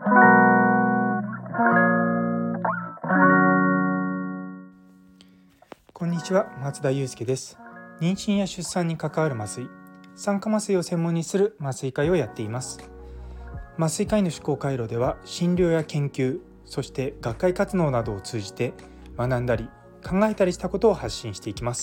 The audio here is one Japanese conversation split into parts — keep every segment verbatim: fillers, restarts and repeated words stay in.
こんにちは、松田祐介です。妊娠や出産に関わる麻酔、産科麻酔を専門にする麻酔科医をやっています。麻酔科医の思考回路では、診療や研究、そして学会活動などを通じて学んだり考えたりしたことを発信していきます。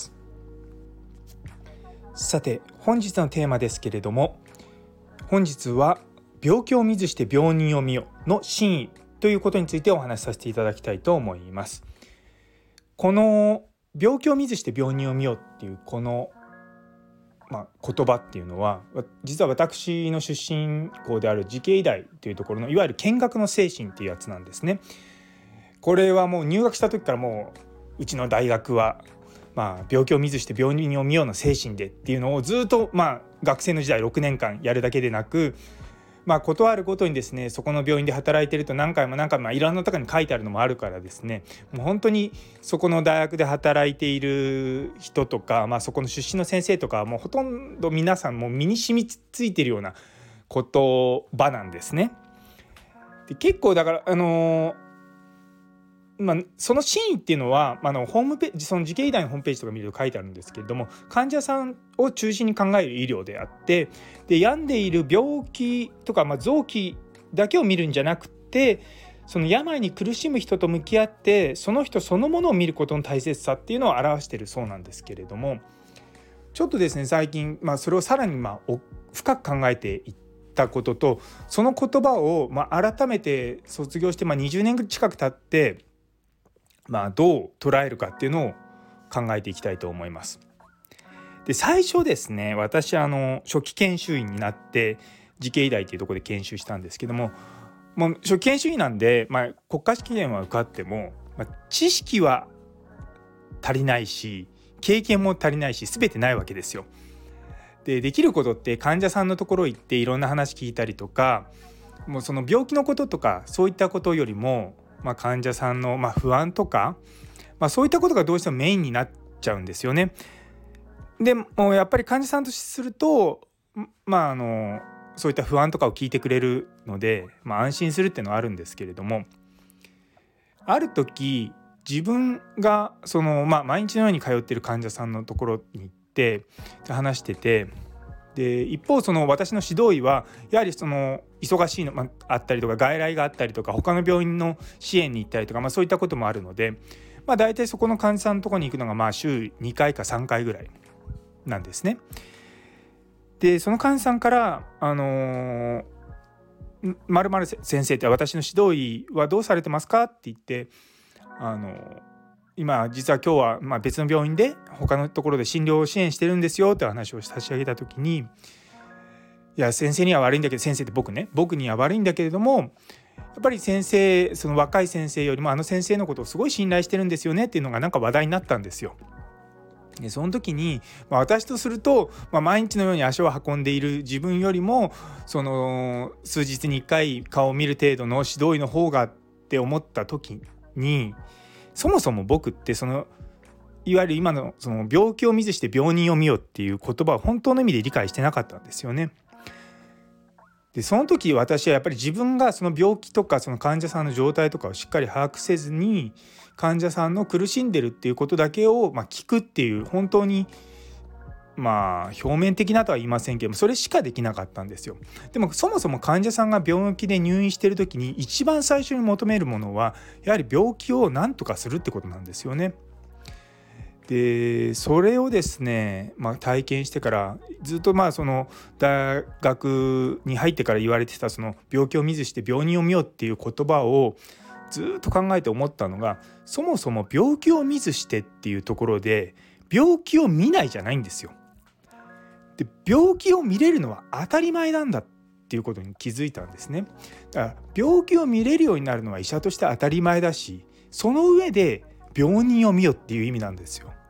さて、本日のテーマですけれども、本日は病気を見ずして病人を見よの真意ということについてお話しさせていただきたいと思います。この病気を見ずして病人を見よっていうこの、まあ、言葉っていうのは、実は私の出身校である慈恵医大というところのいわゆる見学の精神っていうやつなんですね。これはもう入学した時からもううちの大学は、まあ、病気を見ずして病人を見ようの精神でっていうのをずっと、まあ、学生の時代ろくねんかんやるだけでなく、まあ、ことあるごとにですね、そこの病院で働いていると何回も何回も、まあ、いろんなところに書いてあるのもあるからですね、もう本当にそこの大学で働いている人とか、まあ、そこの出身の先生とかもうほとんど皆さんもう身に染みついているような言葉なんですね。で結構だからあのーまあ、その真意っていうのは、あのホームページ、その慈恵医大のホームページとか見ると書いてあるんですけれども、患者さんを中心に考える医療であって、で病んでいる病気とか、まあ、臓器だけを見るんじゃなくて、その病に苦しむ人と向き合ってその人そのものを見ることの大切さっていうのを表しているそうなんですけれども、ちょっとですね最近、まあ、それをさらにまあ深く考えていったことと、その言葉をまあ改めて卒業してまあにじゅうねん近く経ってまあ、どう捉えるかっていうのを考えていきたいと思います。で最初ですね、私あの初期研修医になって慈恵医大っていうところで研修したんですけども、もう初期研修医なんで、まあ、国家試験は受かっても、まあ、知識は足りないし経験も足りないし全てないわけですよ。でできることって患者さんのところ行っていろんな話聞いたりとか、もうその病気のこととかそういったことよりも、まあ、患者さんのまあ不安とか、まあ、そういったことがどうしてもメインになっちゃうんですよね。でもうやっぱり患者さんとすると、まあ、あのそういった不安とかを聞いてくれるので、まあ、安心するっていうのはあるんですけれども、ある時自分がその、まあ、毎日のように通っている患者さんのところに行って話してて、で一方その私の指導医はやはりその忙しいの、まあ、あったりとか外来があったりとか他の病院の支援に行ったりとか、まあ、そういったこともあるので、まあ、大体そこの患者さんのところに行くのがまあ週にかいかさんかいぐらいなんですね。でその患者さんからあのー、〇〇先生って私の指導医はどうされてますかって言って、あのー今実は今日はまあ別の病院で他のところで診療を支援してるんですよって話を差し上げた時に、いや先生には悪いんだけど、先生って僕ね僕には悪いんだけれども、やっぱり先生、その若い先生よりもあの先生のことをすごい信頼してるんですよねっていうのがなんか話題になったんですよ。でその時に、まあ、私とすると、まあ、毎日のように足を運んでいる自分よりもその数日にいっかい顔を見る程度の指導医の方がって思った時に、そもそも僕ってそのいわゆる今のその病気を見ずして病人を見よっていう言葉を本当の意味で理解してなかったんですよね。でその時私はやっぱり自分がその病気とかその患者さんの状態とかをしっかり把握せずに、患者さんの苦しんでるっていうことだけをまあ聞くっていう、本当にまあ表面的なとは言いませんけども、それしかできなかったんですよ。でもそもそも患者さんが病気で入院している時に一番最初に求めるものはやはり病気を何とかするってことなんですよね。でそれをですね、まあ、体験してからずっとまあその大学に入ってから言われてたその病気を見ずして病人を見よっていう言葉をずっと考えて思ったのが、そもそも病気を見ずしてっていうところで病気を見ないじゃないんですよ。で病気を見れるのは当たり前なんだっていうことに気づいたんですね。だから病気を見れるようになるのは医者として当たり前だし、その上で病人を見よっていう意味なんですよ。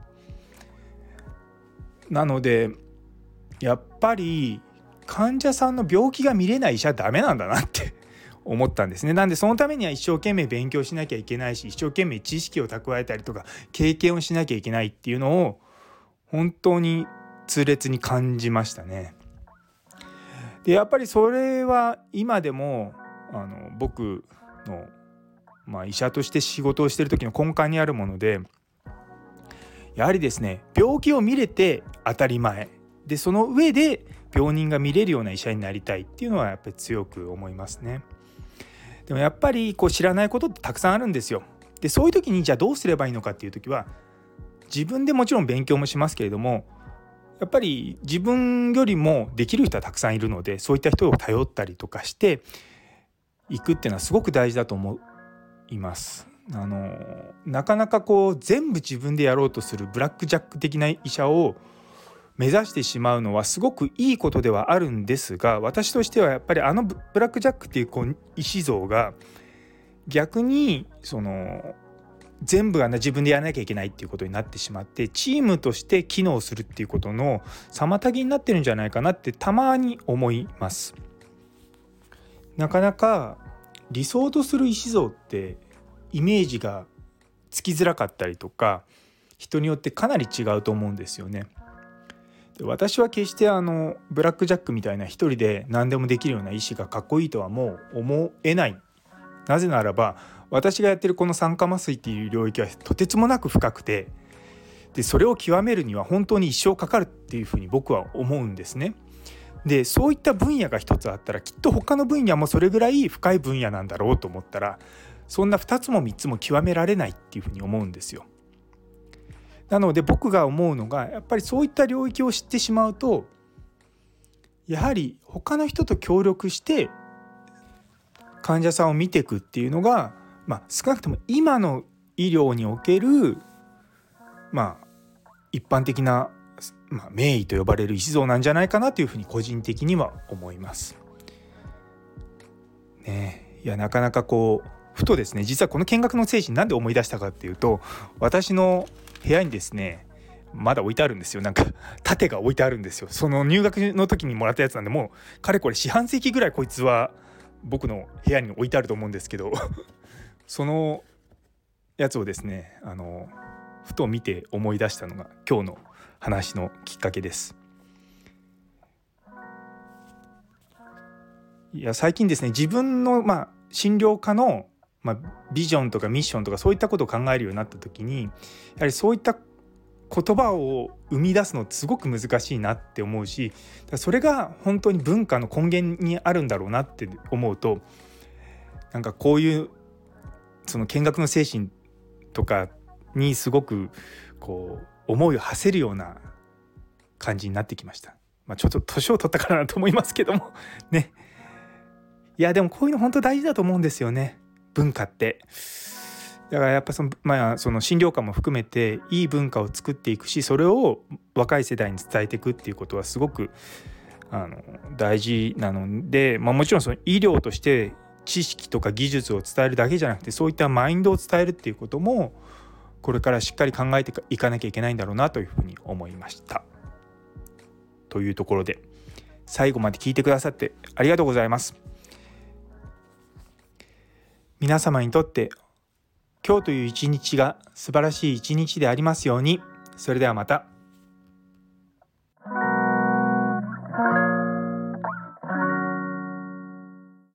なのでやっぱり患者さんの病気が見れない医者はダメなんだなって思ったんですね。なんでそのためには一生懸命勉強しなきゃいけないし、一生懸命知識を蓄えたりとか経験をしなきゃいけないっていうのを本当に痛烈に感じましたね。でやっぱりそれは今でもあの僕の、まあ、医者として仕事をしている時の根幹にあるもので、やはりですね、病気を見れて当たり前で、その上で病人が見れるような医者になりたいっていうのはやっぱり強く思いますね。でもやっぱりこう知らないことってたくさんあるんですよ。でそういう時にじゃあどうすればいいのかっていう時は、自分でもちろん勉強もしますけれども、やっぱり自分よりもできる人はたくさんいるので、そういった人を頼ったりとかしていくっていうのはすごく大事だと思います。あのなかなかこう全部自分でやろうとするブラックジャック的な医者を目指してしまうのはすごくいいことではあるんですが、私としてはやっぱりあのブラックジャックっていうこう医師像が逆にその全部が自分でやらなきゃいけないっていうことになってしまって、チームとして機能するっていうことの妨げになってるんじゃないかなってたまに思います。なかなか理想とする医師像ってイメージがつきづらかったりとか、人によってかなり違うと思うんですよね。で私は決してあのブラックジャックみたいな一人で何でもできるような医師がかっこいいとはもう思えない。なぜならば私がやってるこの酸化麻酔っていう領域はとてつもなく深くて、でそれを極めるには本当に一生かかるっていうふうに僕は思うんですね。でそういった分野が一つあったら、きっと他の分野もそれぐらい深い分野なんだろうと思ったら、そんなふたつもみっつも極められないっていうふうに思うんですよ。なので僕が思うのが、やっぱりそういった領域を知ってしまうと、やはり他の人と協力して患者さんを見ていくっていうのが、まあ、少なくとも今の医療における、まあ、一般的な、まあ、名医と呼ばれる医師像なんじゃないかなというふうに個人的には思います。ねえ、いやなかなかこうふとですね、実はこの見学の精神なんで思い出したかっていうと、私の部屋にですねまだ置いてあるんですよ。なんか盾が置いてあるんですよ。その入学の時にもらったやつなんで、もうかれこれ四半世紀ぐらいこいつは僕の部屋に置いてあると思うんですけどそのやつをですね、あのふと見て思い出したのが今日の話のきっかけです。いや最近ですね、自分の、まあ、診療科の、まあ、ビジョンとかミッションとかそういったことを考えるようになった時に、やはりそういった言葉を生み出すのってすごく難しいなって思うし、それが本当に文化の根源にあるんだろうなって思うと、なんかこういうその見学の精神とかにすごくこう思いを馳せるような感じになってきました。まあ、ちょっと年を取ったからなと思いますけどもね。いやでもこういうの本当大事だと思うんですよね、文化って。だからやっぱその、まあ、その診療科も含めていい文化を作っていくし、それを若い世代に伝えていくっていうことはすごくあの大事なので、まあ、もちろんその医療として知識とか技術を伝えるだけじゃなくて、そういったマインドを伝えるっていうこともこれからしっかり考えていかなきゃいけないんだろうなというふうに思いました。というところで最後まで聞いてくださってありがとうございます。皆様にとって今日という一日が素晴らしい一日でありますように。それではまた。